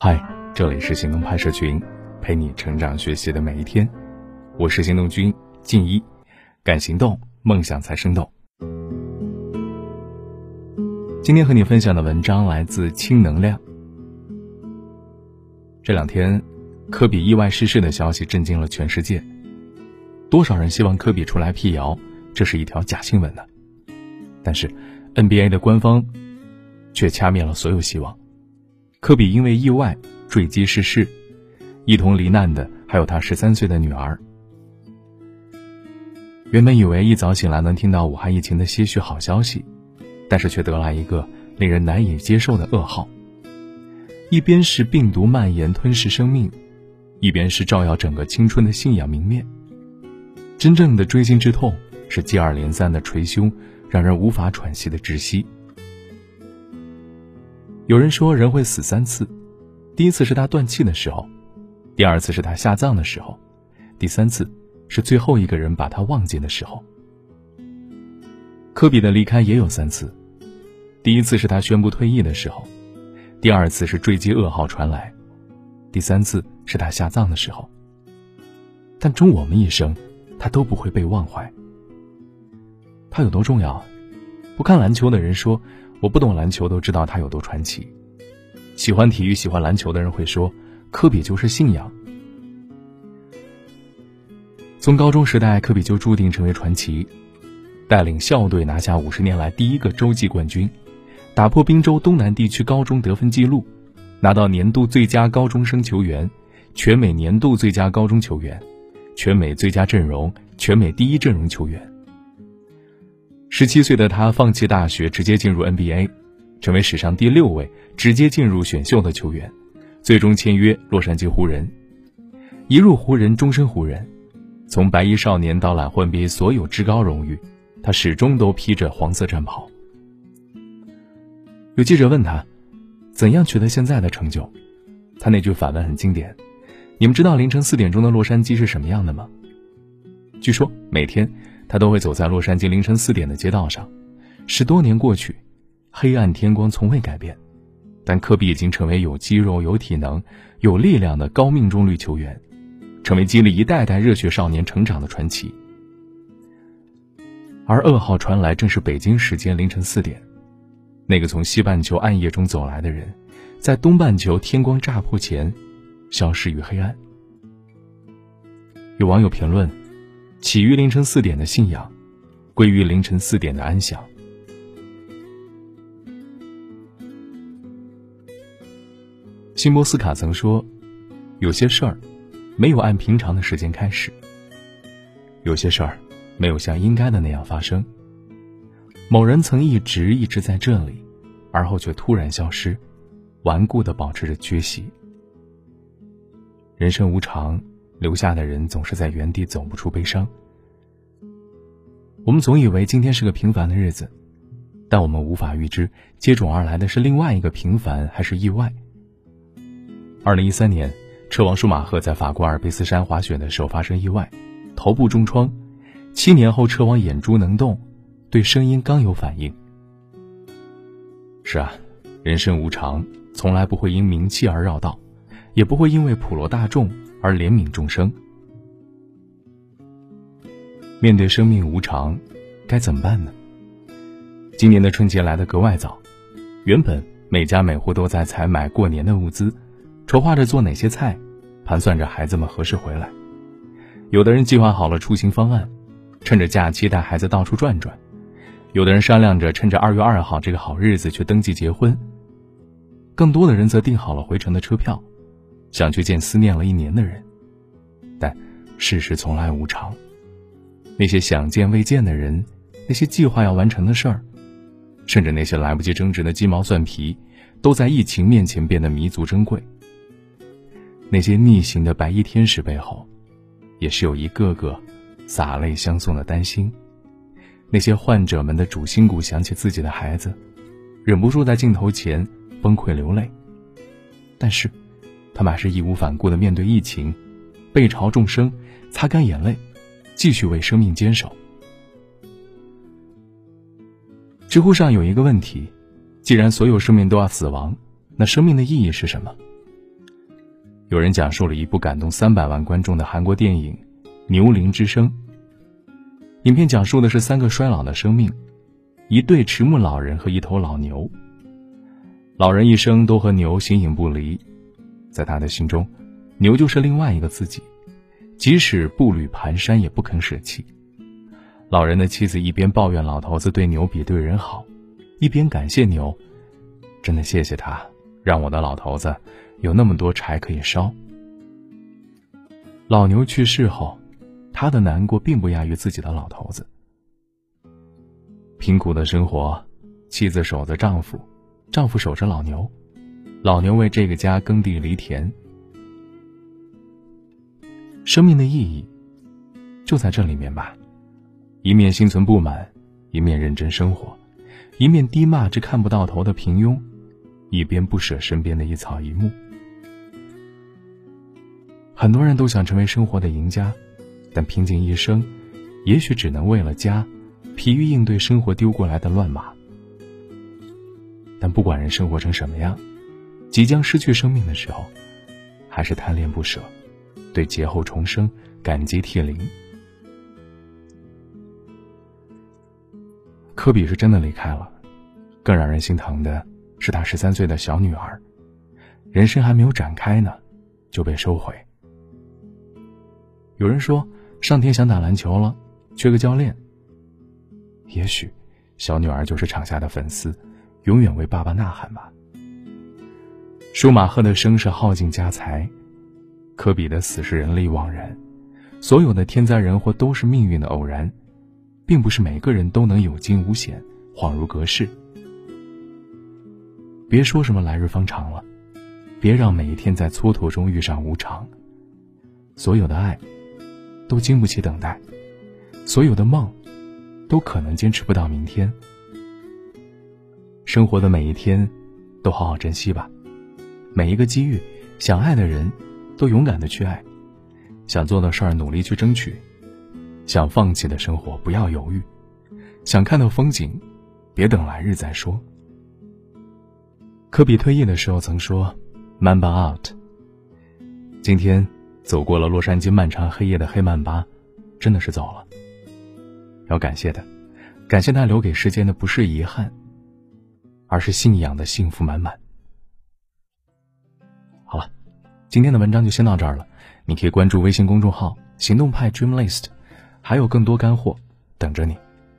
嗨，这里是行动拍摄群，陪你成长学习的每一天。我是行动君静一，敢行动，梦想才生动。今天和你分享的文章来自轻能量。这两天，科比意外逝世的消息震惊了全世界。多少人希望科比出来辟谣，这是一条假新闻呢？但是 NBA 的官方却掐灭了所有希望。科比因为意外坠机逝世，一同罹难的还有他13岁的女儿。原本以为一早醒来能听到武汉疫情的些许好消息，但是却得来一个令人难以接受的噩耗。一边是病毒蔓延吞噬生命，一边是照耀整个青春的信仰泯灭。真正的锥心之痛是接二连三的捶胸，让人无法喘息的窒息。有人说人会死3次，第一次是他断气的时候，第二次是他下葬的时候，第三次是最后一个人把他忘记的时候。科比的离开也有3次，第一次是他宣布退役的时候，第二次是坠机噩耗传来，第三次是他下葬的时候。但终我们一生，他都不会被忘怀。他有多重要？不看篮球的人说，我不懂篮球都知道他有多传奇。喜欢体育喜欢篮球的人会说，科比就是信仰。从高中时代，科比就注定成为传奇，带领校队拿下50年来第一个洲际冠军，打破滨州东南地区高中得分纪录，拿到年度最佳高中生球员、全美年度最佳高中球员、全美最佳阵容、全美第一阵容球员。17岁的他放弃大学，直接进入 NBA， 成为史上第6位直接进入选秀的球员，最终签约洛杉矶湖人。一入湖人，终身湖人。从白衣少年到揽获 NBA 所有至高荣誉，他始终都披着黄色战袍。有记者问他，怎样取得现在的成就？他那句反问很经典，你们知道凌晨4点钟的洛杉矶是什么样的吗？据说每天他都会走在洛杉矶凌晨4点的街道上，10多年过去，黑暗天光从未改变，但科比已经成为有肌肉、有体能、有力量的高命中率球员，成为激励一代代热血少年成长的传奇。而噩耗传来正是北京时间凌晨4点，那个从西半球暗夜中走来的人，在东半球天光乍破前消失于黑暗。有网友评论，起于凌晨4点的信仰，归于凌晨4点的安详。辛波斯卡曾说，有些事儿没有按平常的时间开始，有些事儿没有像应该的那样发生。某人曾一直在这里，而后却突然消失，顽固地保持着缺席。人生无常，留下的人总是在原地走不出悲伤。我们总以为今天是个平凡的日子，但我们无法预知接踵而来的是另外一个平凡还是意外。2013年，车王舒马赫在法国阿尔卑斯山滑雪的时候发生意外，头部中创。7年后，车王眼珠能动，对声音刚有反应。是啊，人生无常，从来不会因名气而绕道，也不会因为普罗大众而怜悯众生。面对生命无常，该怎么办呢？今年的春节来得格外早，原本每家每户都在采买过年的物资，筹划着做哪些菜，盘算着孩子们何时回来。有的人计划好了出行方案，趁着假期带孩子到处转转，有的人商量着趁着2月2号这个好日子去登记结婚，更多的人则订好了回程的车票，想去见思念了1年的人。但世事从来无常，那些想见未见的人，那些计划要完成的事儿，甚至那些来不及争执的鸡毛蒜皮，都在疫情面前变得弥足珍贵。那些逆行的白衣天使背后，也是有一个个洒泪相送的担心。那些患者们的主心骨想起自己的孩子，忍不住在镜头前崩溃流泪。但是他们还是义无反顾地面对疫情，背朝众生，擦干眼泪，继续为生命坚守。知乎上有一个问题，既然所有生命都要死亡，那生命的意义是什么？ 有人讲述了一部感动300万观众的韩国电影《牛铃之声》。影片讲述的是3个衰老的生命，一对迟暮老人和一头老牛。老人一生都和牛形影不离，在他的心中，牛就是另外一个自己，即使步履蹒跚也不肯舍弃。老人的妻子一边抱怨老头子对牛比对人好，一边感谢牛，真的谢谢他，让我的老头子有那么多柴可以烧。老牛去世后，他的难过并不亚于自己的老头子。贫苦的生活，妻子守着丈夫，丈夫守着老牛，老牛为这个家耕地犁田。生命的意义就在这里面吧，一面心存不满，一面认真生活，一面低骂这看不到头的平庸，一边不舍身边的一草一木。很多人都想成为生活的赢家，但拼尽一生，也许只能为了家，疲于应对生活丢过来的乱码。但不管人生活成什么样，即将失去生命的时候，还是贪恋不舍，对劫后重生感激涕零。科比是真的离开了，更让人心疼的是他13岁的小女儿，人生还没有展开呢，就被收回。有人说，上天想打篮球了，缺个教练。也许小女儿就是场下的粉丝，永远为爸爸呐喊吧。舒马赫的生是耗尽家财，科比的死是人力枉然。所有的天灾人祸都是命运的偶然，并不是每个人都能有惊无险，恍如隔世。别说什么来日方长了，别让每一天在蹉跎中遇上无常。所有的爱都经不起等待，所有的梦都可能坚持不到明天。生活的每一天都好好珍惜吧，每一个机遇，想爱的人都勇敢地去爱，想做的事儿努力去争取，想放弃的生活不要犹豫，想看到风景别等来日再说。科比退役的时候曾说 Mamba out。 今天走过了洛杉矶漫长黑夜的黑曼巴真的是走了，要感谢他，感谢他留给世间的不是遗憾，而是信仰的幸福满满。好了，今天的文章就先到这儿了，你可以关注微信公众号行动派 Dreamlist， 还有更多干货等着你。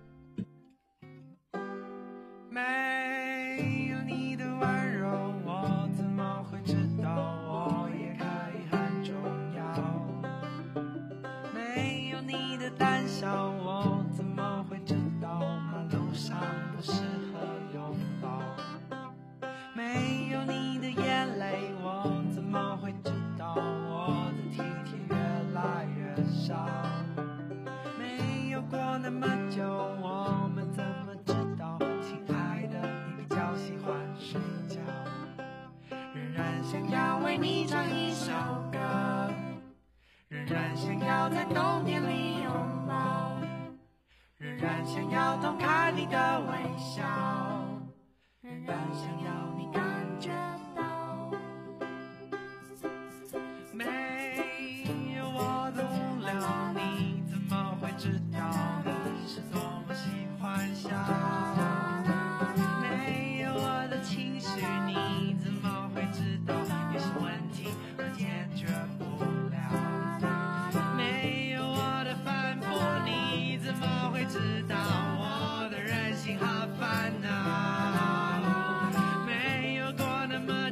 没有你的温柔，我怎么会知道我也可以很重要？没有你的胆小，我怎么会知道马路上不适合拥抱？没有你的眼泪，我怎么会知道我的体贴越来越少？没有过那么久，我们怎么知道，亲爱的，你比较喜欢睡觉？仍然想要为你唱一首歌，仍然想要在冬天里拥抱，仍然想要偷看你的微笑，仍然想要你感觉到，没有我的无聊，你怎么会知道你是多么喜欢笑？没有我的情绪，你怎么会知道有些问题我解决不了？没有我的反驳，你怎么会知道我的任性和烦恼？没有过那么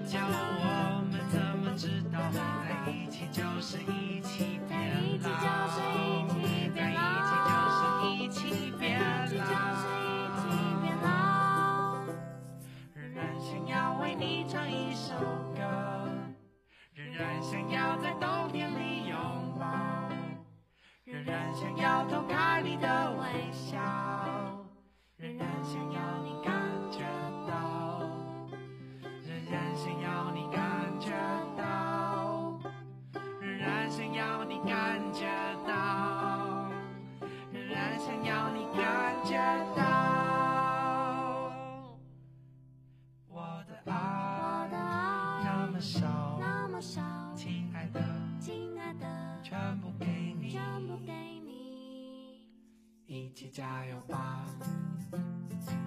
么少， 亲爱的， 亲爱的， 全部给你， 全部给你， 一起加油吧。